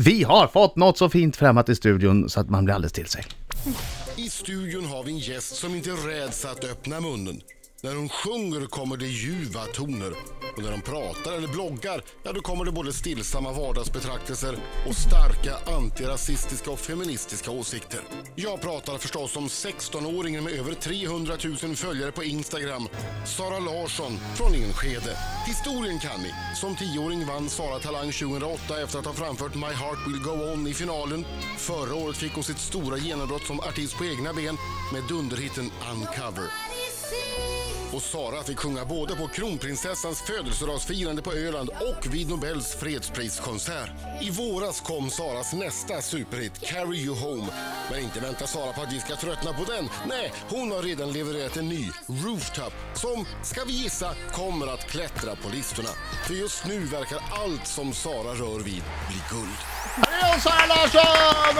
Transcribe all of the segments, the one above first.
Vi har fått något så fint främmat i studion så att man blir alldeles till sig. I studion har vi en gäst som inte räds att öppna munnen. När hon sjunger kommer det ljuva toner. Och när hon pratar eller bloggar, ja då kommer det både stillsamma vardagsbetraktelser och starka antirasistiska och feministiska åsikter. Jag pratar förstås om 16-åringen med över 300 000 följare på Instagram, Sara Larsson från Enskede. Historien kan ni. Som 10-åring vann Sara Talang 2008 efter att ha framfört My Heart Will Go On i finalen. Förra året fick hon sitt stora genombrott som artist på egna ben med dunderhitten Uncover. Och Sara fick sjunga både på kronprinsessans födelsedagsfirande på Öland och vid Nobels fredspriskonsert. I våras kom Saras nästa superhit, Carry You Home. Men inte vänta Sara på att vi ska tröttna på den. Nej, hon har redan levererat en ny, Rooftop, som, ska vi gissa, kommer att klättra på listorna. För just nu verkar allt som Sara rör vid bli guld. Hallå Sara Larsson!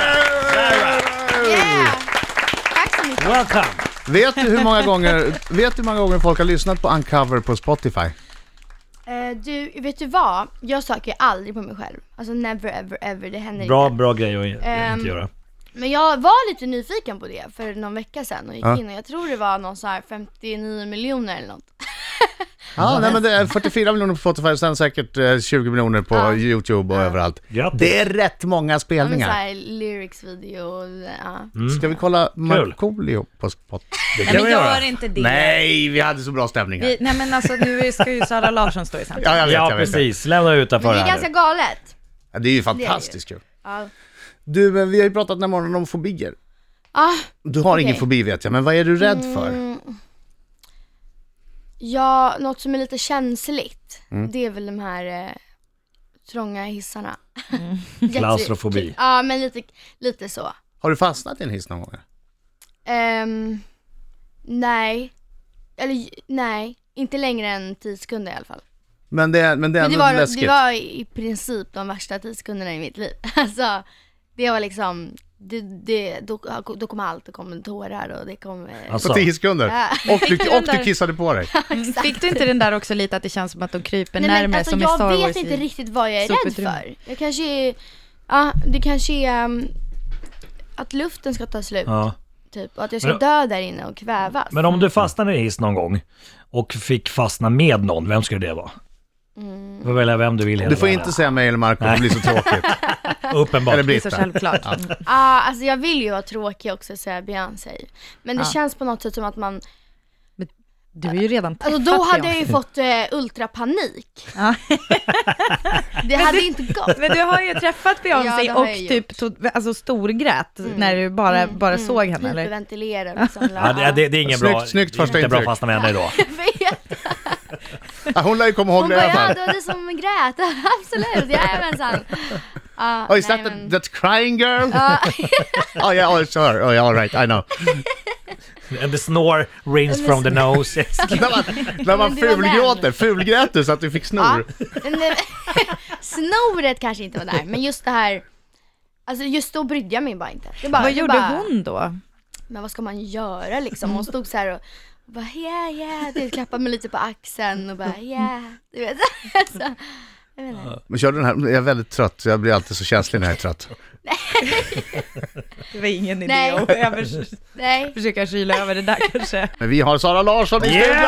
Yeah. Tack så mycket. Welcome! Vet du hur många gånger folk har lyssnat på Uncover på Spotify? Vet du vad? Jag söker aldrig på mig själv. Alltså never ever ever, det händer inte. Bra grej att inte göra. Men jag var lite nyfiken på det för någon vecka sedan och gick in och jag tror det var någon så här 59 miljoner eller något. Ja, nej, men det är 44 miljoner på Spotify och sen säkert 20 miljoner på YouTube och överallt. Grattis. Det är rätt många spelningar. Ja, så här lyrics-video. Ja. Ska vi kolla Markoolio på Spotify? Det Nej, kan men vi gör göra. inte det. Nej, vi hade så bra stämning här. Nej men alltså nu ska ju Sara Larsson stå i centrum. Ja, jag vet. Precis. Lämna utanför Men det är här. ganska galet. Ja, det är ju fantastiskt kul. Ja. Du, vi har ju pratat den här morgonen om fobier. Du har ingen fobi vet jag, men vad är du rädd för? Ja, något som är lite känsligt. Det är väl de här trånga hissarna. Klaustrofobi. Ja, men lite så. Har du fastnat i en hiss någon gång? Nej. Eller nej, inte längre än 10 sekunder i alla fall. Men det är ändå läskigt. Det var i princip de värsta 10 sekunderna i mitt liv. Alltså, det var liksom då kommer allt, det kommer tårar och det kommer... Alltså 10 sekunder? Ja. Och du kissade på dig? Fick du inte den där också lite att det känns som att de kryper Nej, närmare men, alltså, som i Star Wars? Jag vet inte riktigt vad jag är rädd för. Jag kanske är, det kanske är att luften ska ta slut. Ja. Typ, och att jag ska dö där inne och kvävas. Men om du fastnade i hiss någon gång och fick fastna med någon, vem skulle det vara? Du välja vem du vill. Du får inte säga mig eller Marco, det blir så tråkigt. Uppenbart. Eller Det är så Britta. självklart. Alltså jag vill ju vara tråkig också, säga Beyoncé. Men det känns på något sätt som att man... Du är ju redan träffat Alltså då hade jag Beyoncé. ju fått ultrapanik. Ja. Det hade inte gått. Men du har ju träffat Beyoncé Ja, det har och jag typ storgrät när du bara såg henne, eller? Hyperventilera liksom. Ja, det är ingen bra. Snyggt första inte bra intryck. fastna med henne idag. Jag vet. Ja, hon lär ju komma ihåg Hon det i bara, alla ja fall. det var du som grät. Absolut, jajamensan. Oh, is that crying girl? Oh yeah, oh sure. Oh yeah, all right, I know. And the snore rings from the nose. När man Men det var den. fulgrät du så att du fick snor. Snoret kanske inte var där, men just det här, alltså just då brydde jag mig bara inte. Vad gjorde hon då? Men vad ska man göra liksom? Hon stod så här och bara yeah, det klappade mig lite på axeln och bara yeah, du vet. Så, jag vet inte. Men kör den här, jag är väldigt trött, så jag blir alltid så känslig när jag är trött. Det var ingen idé Nej. att Nej. försöka kyla över det där kanske. Men vi har Sara Larsson i studion!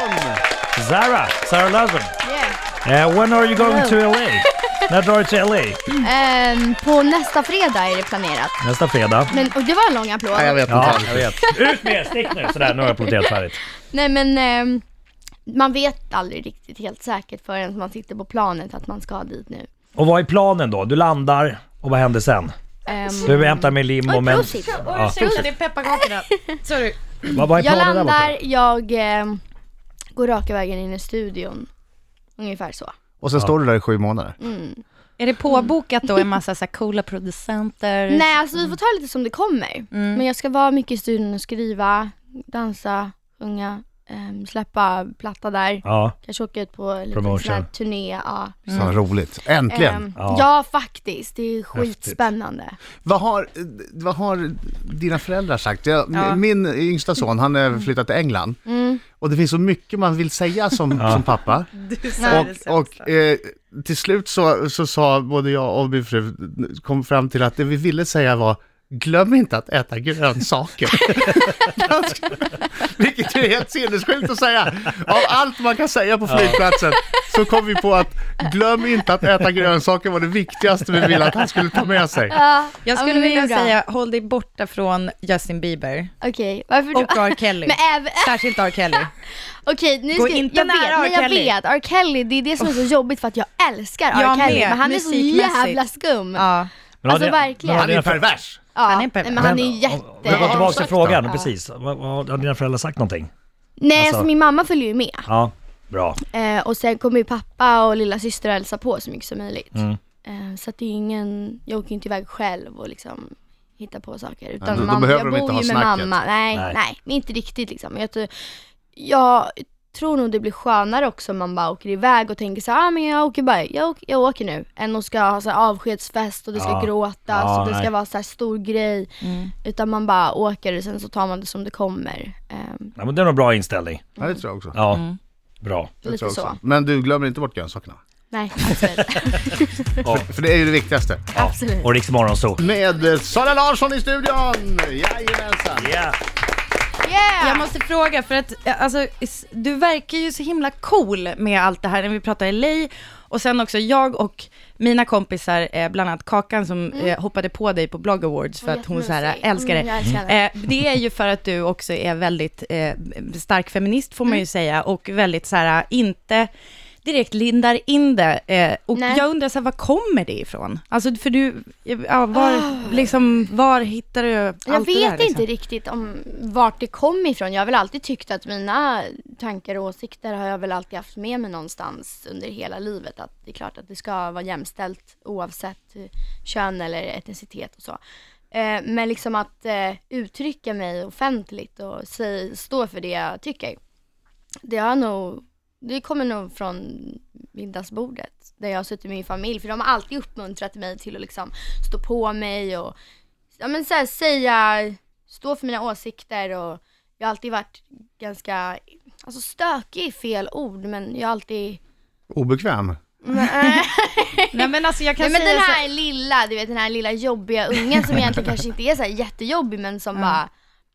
Sara Larsson. Yeah. When are you going to LA? När drar du till LA? På nästa fredag är det planerat. Nästa fredag. Men, och det var en lång applåd. Nej, jag vet Ja, inte. jag vet. Ut med, stick nu. Sådär, nu har jag applåderat färdigt. Nej men man vet aldrig riktigt helt säkert förrän man sitter på planet att man ska dit nu. Och vad är planen då? Du landar och vad händer sen? Du hämtar med limo men... Prosit. Ja. Det är pepparkakorna. Sorry. Vad är Jag planen där borta? landar, jag går raka vägen in i studion. Ungefär så. Och sen står du där i 7 månader. Är det påbokat då en massa så här coola producenter? Nej, alltså vi får ta lite som det kommer. Men jag ska vara mycket i studion och skriva, dansa, sjunga. släppa platta där. Ja. Kanske åka ut på lite Promotion. sån här turné. Ja. Så roligt. Äntligen. Ja, faktiskt. Det är skitspännande. Vad har dina föräldrar sagt? Min yngsta son, han är flyttat till England. Och det finns så mycket man vill säga som pappa. Och till slut så sa både jag och min fru, kom fram till att det vi ville säga var: glöm inte att äta grönsaker. Vilket är helt sinnessjukt att säga. Av allt man kan säga på flygplatsen så kom vi på att glöm inte att äta grönsaker var det viktigaste vi ville att han skulle ta med sig. Jag skulle vilja säga, håll dig borta från Justin Bieber. Okej, varför då? Och R. Kelly. Särskilt R. Kelly. Okej, nu Gå inte nära R. Kelly. Jag vet, R. Kelly, det är det som är så jobbigt för att jag älskar R. Kelly. Men han är så jävla skum. Ja. Alltså verkligen. Han är pervers. Ja, Han är pervers. men han är jätte... Vi går tillbaka till frågan, precis. Har dina föräldrar sagt någonting? Nej, Alltså- alltså min mamma följer ju med. Ja, bra. Och sen kommer ju pappa och lilla syster hälsa på så mycket som möjligt. Så att det är ingen... Jag åker inte iväg själv och liksom hitta på saker. Utan då behöver jag de inte bor ha ju med snacket. mamma. Nej, inte riktigt liksom. Jag tror nog det blir skönare också om man bara åker iväg och tänker så här, men jag åker nu, än att ska ha så här avskedsfest och det ska gråtas och det ska vara så här stor grej, utan man bara åker och sen så tar man det som det kommer. Ja, men det är en bra inställning. Ja, det tror jag också. Ja, bra. Det Lite tror jag så. också. Men du glömmer inte bort grönsakerna. Nej, absolut. För det är ju det viktigaste. Absolut. Och Riks Morgonzoo. Med Sara Larsson i studion. Jajamensan. Yeah. Yeah! Jag måste fråga, för att alltså, du verkar ju så himla cool med allt det här när vi pratar LA. Och sen också jag och mina kompisar, bland annat Kakan som hoppade på dig på Blog Awards för att hon så här älskar det. Jag älskar det. Det är ju för att du också är väldigt stark feminist får man ju säga, och väldigt så här inte direkt lindar in det. Och Nej. jag undrar så här, var kommer det ifrån? Alltså för du, var hittar du allt Jag det där, vet inte riktigt om vart det kommer ifrån. Jag har väl alltid tyckt att mina tankar och åsikter har jag väl alltid haft med mig någonstans under hela livet. Att det är klart att det ska vara jämställt oavsett kön eller etnicitet och så. Men liksom att uttrycka mig offentligt och stå för det jag tycker. Det kommer nog från middagsbordet där jag har suttit med min familj, för de har alltid uppmuntrat mig till att liksom stå på mig och så här, stå för mina åsikter, och jag har alltid varit ganska stökig i fel ord, men jag har alltid Obekväm. Nej men alltså jag kan men säga den här lilla, du vet, den här lilla jobbiga ungen som egentligen kanske inte är så här jättejobbig, men som bara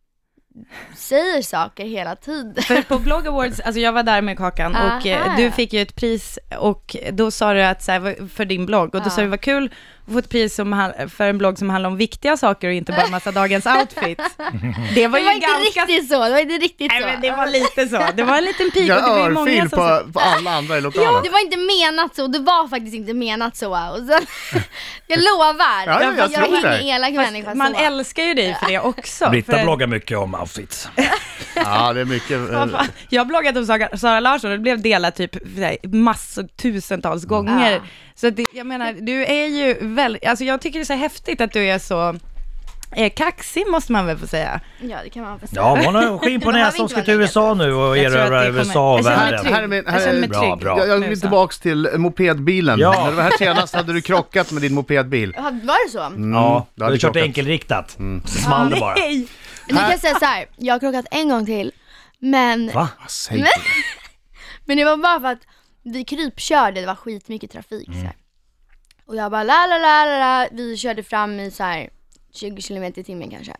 säger saker hela tiden. För på Blog Awards, alltså jag var där med Kakan och du fick ju ett pris, och då sa du att så här, för din blogg, och då sa du, vad kul att få ett pris för en blogg som handlar om viktiga saker och inte bara massa dagens outfits. Det var ju inte riktigt så. Nej, men det var lite så. Det var en liten pik. Jag och det var ju örfil många som på alla andra i lokalen. Det var inte menat så. Det var faktiskt inte menat så. Och sen, jag lovar. Ja, jag jag tror är det. ingen elak människa. Man så. älskar ju dig för det också. Britta bloggar mycket om outfits. Ja, det är mycket. Jag har bloggat om Sara Larsson och det blev delat typ massor, tusentals gånger. Så det, jag menar, du är ju väldigt, alltså jag tycker det är så häftigt att du är så kaxig, måste man väl få säga. Ja, det kan man få säga. Ja, hon har skinn på näsan, ska till USA nu och Jag tror att erövra det kommer- USA och jag känner mig världen. trygg. Här är min- Jag känner mig Bra, trygg. bra. Jag vill tillbaks till mopedbilen. Ja. När du var här senast hade du krockat med din mopedbil. Var det så? Ja, du du hade har kört krockat. enkelriktat. Small det bara. Nej! Ni kan säga så här. Jag har krockat en gång till. Men Va? Säg det. Men det var bara för att vi krypkörde, det var skitmycket trafik så här. Och jag bara la. Vi körde fram i så här 20 km i timmen kanske.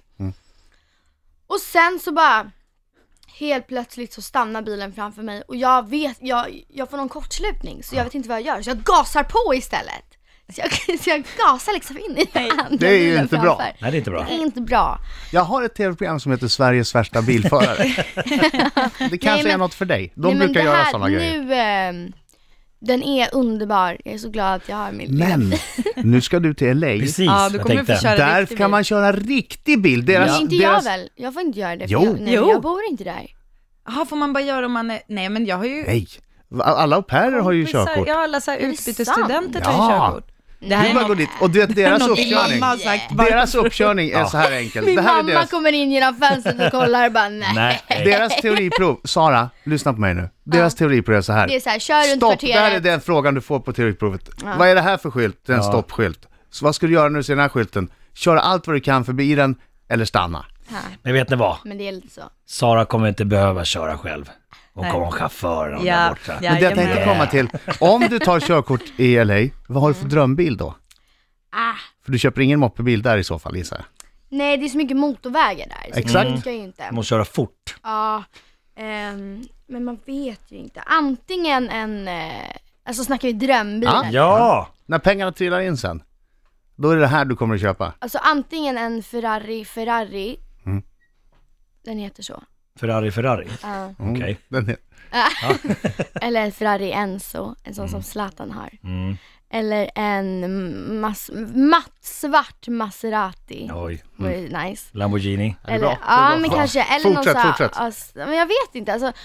Och sen så bara helt plötsligt så stannar bilen framför mig. Och jag får någon kortslutning, så jag vet inte vad jag gör. Så jag gasar på istället. Så jag gasar liksom in i den andra Det är ju bilen inte bra. framför. Nej, det är inte bra. Det är inte bra. Jag har ett tv-program som heter Sveriges värsta bilförare. Det kanske är något för dig. De brukar göra sådana grejer. Den är underbar. Jag är så glad att jag har min. Men nu ska du till LA. Precis, Ja, du jag kommer få tänkte. köra Där riktig kan bil. man köra riktig bil. Det är inte jag väl? Jag får inte göra det. Jo. Jag bor inte där. Jaha, får man bara göra om man är... Nej, men jag har ju... Nej, alla au pairer har ju kompisar- körkort. Ja, alla så här Är det utbytesstudenter sant? tar ju Ja. körkort. Det här Du bara går dit och du vet deras uppkörning. Mamma har sagt bara. Deras uppkörning är så här enkel. Min Det här är mamma deras, kommer in genom fönstret och kollar och bara nej. deras teoriprov. Sara, lyssna på mig nu. Deras teoriprov är så här. Det är så här, kör runt Stopp, kvarteret. där är den frågan du får på teoriprovet. Vad är det här för skylt? Det är en stoppskylt. Så vad ska du göra när du ser den här skylten? Kör allt vad du kan förbi den eller stanna. Men vet ni vad? Men det är lite så. Sara kommer inte behöva köra själv. Hon kommer ha chauffören där borta. Men det jag tänkte komma till, om du tar körkort i LA, vad har du för drömbil då? För du köper ingen moppebil där i så fall, gissar jag. Nej, det är så mycket motorvägar där. Så Exakt. det ska ju inte. Du måste köra fort. Ja, men man vet ju inte. Antingen alltså snackar vi drömbilar. Ja! När pengarna trillar in sen, då är det här du kommer att köpa. Alltså antingen en Ferrari. Den heter så. Ferrari. Mm. Okej. Den är... Eller en Ferrari Enzo, en sån som Zlatan har. Eller en mattsvart Maserati. Oj. Nice. Lamborghini. Eller, bra? ja, Det är men bra. kanske. Eller Fortsätt. någon men jag vet inte. Alltså,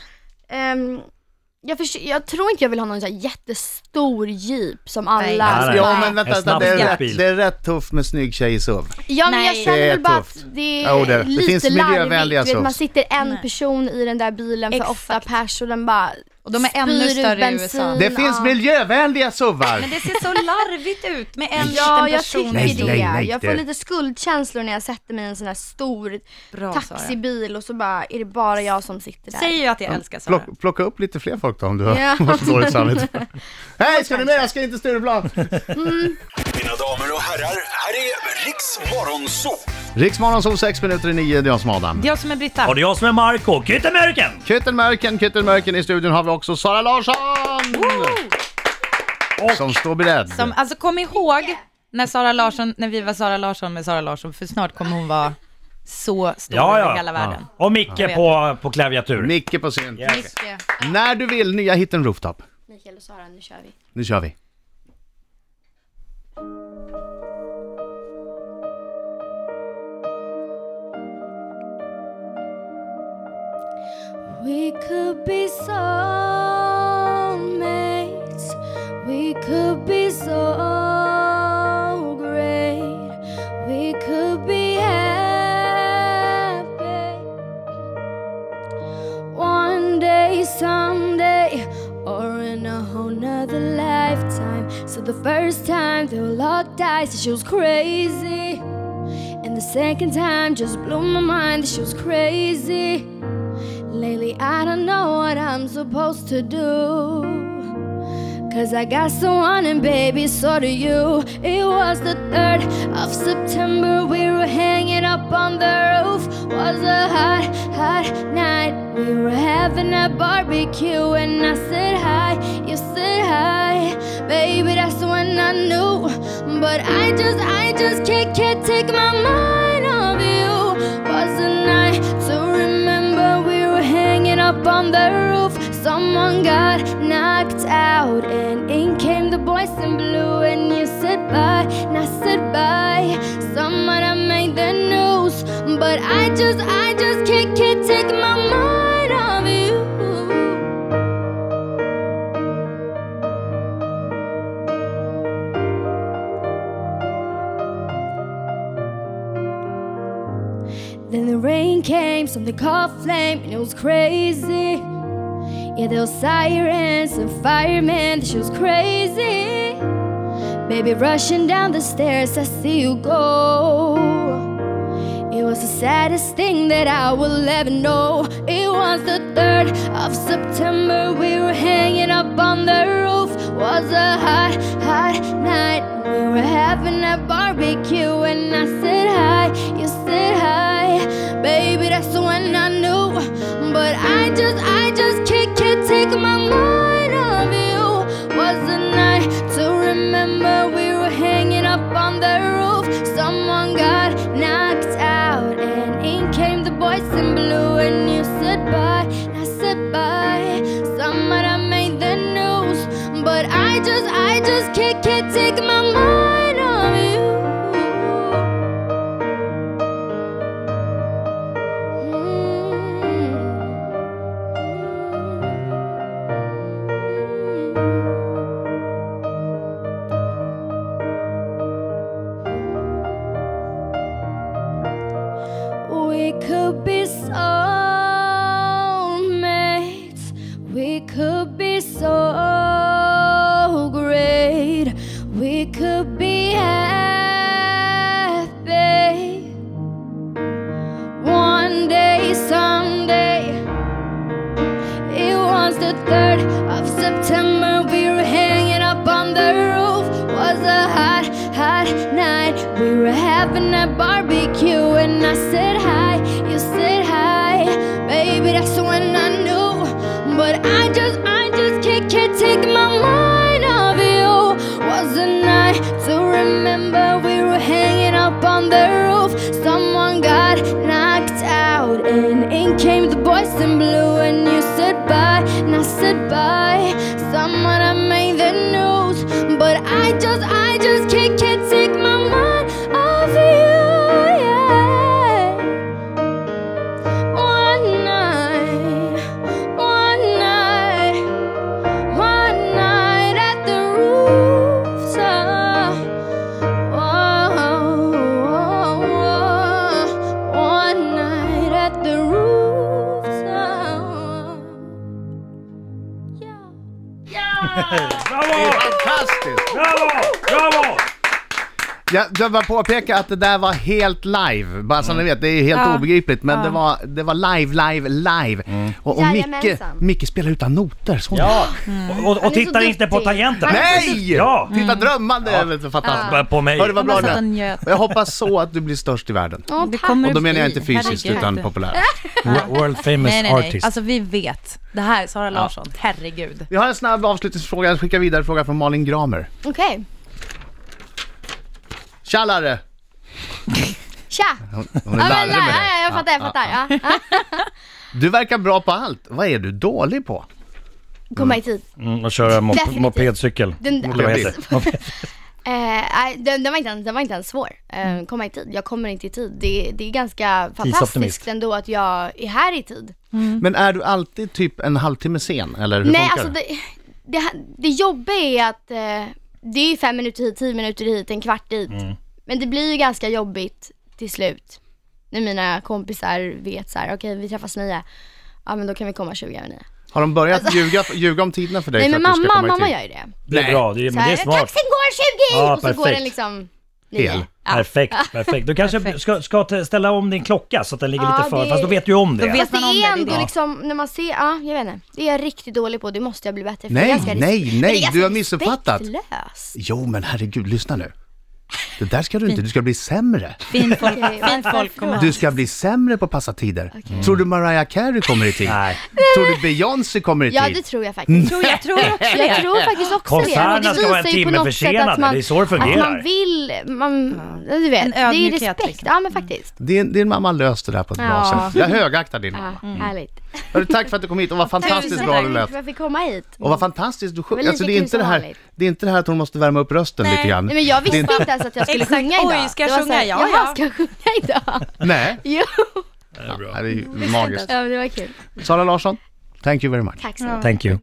jag tror inte jag vill ha någon så här jättestor jeep som alla... Nej. Ja, men En vänta, snabb bil. det är rätt tufft med snygg tjej i SUV. Ja, men jag Nej. känner Det är väl bara tufft. att det Jo, är det lite finns miljövänliga larvigt. Du vet, man SUVs. sitter en person i den där bilen för Exakt. 8 pers och den bara Och de är ännu spyr ut större i bensin. USA. Det finns miljövänliga SUVar. Men det ser så larvigt ut med en Ja, liten jag person. tycker Nej, det. nej, Jag får det- lite skuldkänslor när jag sätter mig i en sån här stor Bra, Sara. taxibil och så bara är det bara jag som sitter där. Säger ju att jag älskar Sara. Plocka upp lite fler folk då om du har Ja. så dåligt samvete. Hej, ska du med? Jag ska inte Stureplan. Mina damer och herrar, här är Riks Morgonzoo. Riksmorgon 6 minuter i 9, det är jag som Adam. Det är jag som är Britta. Och det är jag som är Marco. Kyttemörken! Kyttelmörken i studion har vi också Sara Larsson! Som står beredd. Alltså kom ihåg när vi var Sara Larsson med Sara Larsson, för snart kommer hon vara så stor över hela världen. Ja. Och Micke på klaviatur. Micke på scen. Yes. Mycket. När du vill, nya hitten Rooftop. Mikael och Sara, nu kör vi. Nu kör vi. We could be soulmates. We could be so great. We could be happy. One day, someday, or in a whole nother lifetime. So the first time they were locked eyes, she was crazy. And the second time just blew my mind, she was crazy. Lately I don't know what I'm supposed to do, 'cause I got someone and baby, so do you. It was the 3rd of September, we were hanging up on the roof. Was a hot, hot night. We were having a barbecue and I said hi, you said hi. Baby, that's when I knew. But I just can't take my mind off you. Was a night to remember, we were hanging up on the roof. Someone got knocked out and in came the boys in blue. And you said bye, and I said bye. Someone I made the news. But I just can't take my mind off you. Then the rain came, something caught flame, and it was crazy. Yeah, there was sirens and firemen, she was crazy. Baby, rushing down the stairs, I see you go. It was the saddest thing that I will ever know. It was the 3rd of September, we were hanging up on the roof. Was a hot, hot night. We were having a barbecue and I said hi, you said hi. Baby, that's when I knew. But I just can't take my mind off you. Was a night to remember, we were hanging up on the roof. Someone got knocked out and in came the boys in blue. And you said bye, and I said bye. Someone I made the news. But I just can't take my mind off you. We were having a barbecue and I said hi, you said hi. Baby, that's when I knew. But I just can't take my mind off you. Wasn't I to remember we were hanging up on the roof? Someone got knocked out and in came the boys in blue. And you said bye, and I said bye. Someone I made the news. But I just can't take my mind off you, yeah. One night at the rooftop. One night at the rooftop. Yeah. Bravo! Fantastiskt! Bravo! Jag vill påpeka att det där var helt live. Bara så ni vet, det är helt obegripligt. Men det var live. Och Micke spelar utan noter. Så. Ja, och är tittar så inte på duktig. tangenterna. Nej! Ja. Titta drömmande över fantastiskt. På mig. Hör, det var bra det. njöt. Och jag hoppas så att du blir störst i världen. Det kommer Och då det menar jag bli. inte fysiskt Herregud. utan populärt. World famous Nej. artist. Alltså vi vet. Det här är Sara Larsson. Herregud. Vi har en snabb avslutningsfråga. Jag skickar vidare fråga från Malin Gramer. Okej. Tja Larre! Tja! Hon är larre med dig. Jag fattar. Ja. Du verkar bra på allt. Vad är du dålig på? Komma i tid. Och köra Definitivt. mopedcykel. Eller vad heter det? Den var inte ens svår. Komma i tid. Jag kommer inte i tid. Det är ganska Tidsoptimist. fantastiskt ändå att jag är här i tid. Men är du alltid typ en halvtimme sen? Eller hur Nej, funkar alltså det? det jobbiga är att det är 5 minuter hit, 10 minuter hit, en kvart dit. Men det blir ju ganska jobbigt till slut. När mina kompisar vet så här: okej, vi träffas 9. Ja, men då kan vi komma 20 över 9. Har de börjat ljuga om tiderna för dig? Nej, för men att du ska komma i mamma tid? gör ju det. Det är bra, men det är smart. Taxin går 20! Ja, och så går perfekt. den liksom 9. Hel. Ja. Perfekt. Du kanske ska ställa om din klocka så att den ligger Ja, lite för, det- fast då vet du ju om det. Då vet Fast det man om är det, ändå det. liksom, när man ser, jag vet inte. Det är jag riktigt dålig på, det måste jag bli bättre. För det är Nej, ganska men det är ganska du har missuppfattat. respektlöst. Jo, men herregud, lyssna nu. Det där ska du inte, du ska bli sämre. Fint folk varför kommer då? Du ska bli sämre på passa tider. Tror du Mariah Carey kommer i tid? Nej. Tror du Beyoncé kommer i tid? Ja, det tror jag faktiskt. Jag tror också Jag tror faktiskt också det. Konserterna ska vara en visar ju på timme något sätt försenade, att man- det är så det fungerar. Att man vill, du vet, En det är ödmjukhet, respekt. liksom. Ja, men faktiskt. Din mamma löste det här på ett bra Ja. sätt. Jag högaktar din mamma. Ja, härligt. Hörru, tack för att du kom hit och vad fantastiskt Tusen bra tack du lät. för att jag fick komma hit. Och vad fantastiskt du Det sjunger. var Alltså, lika det är kul inte som det här. vanligt. Det är inte det här att hon måste värma upp rösten Nej. lite grann. Nej, men jag visste inte ens att jag skulle Exakt. sjunga idag. Oj, ska jag Det var sjunga? så här, Ja, jaha, ja. ska jag sjunga idag? Nej, Jo. det är ju magiskt. Ja, men det var kul. Sara Larsson, thank you very much. Tack så mycket. Thank you.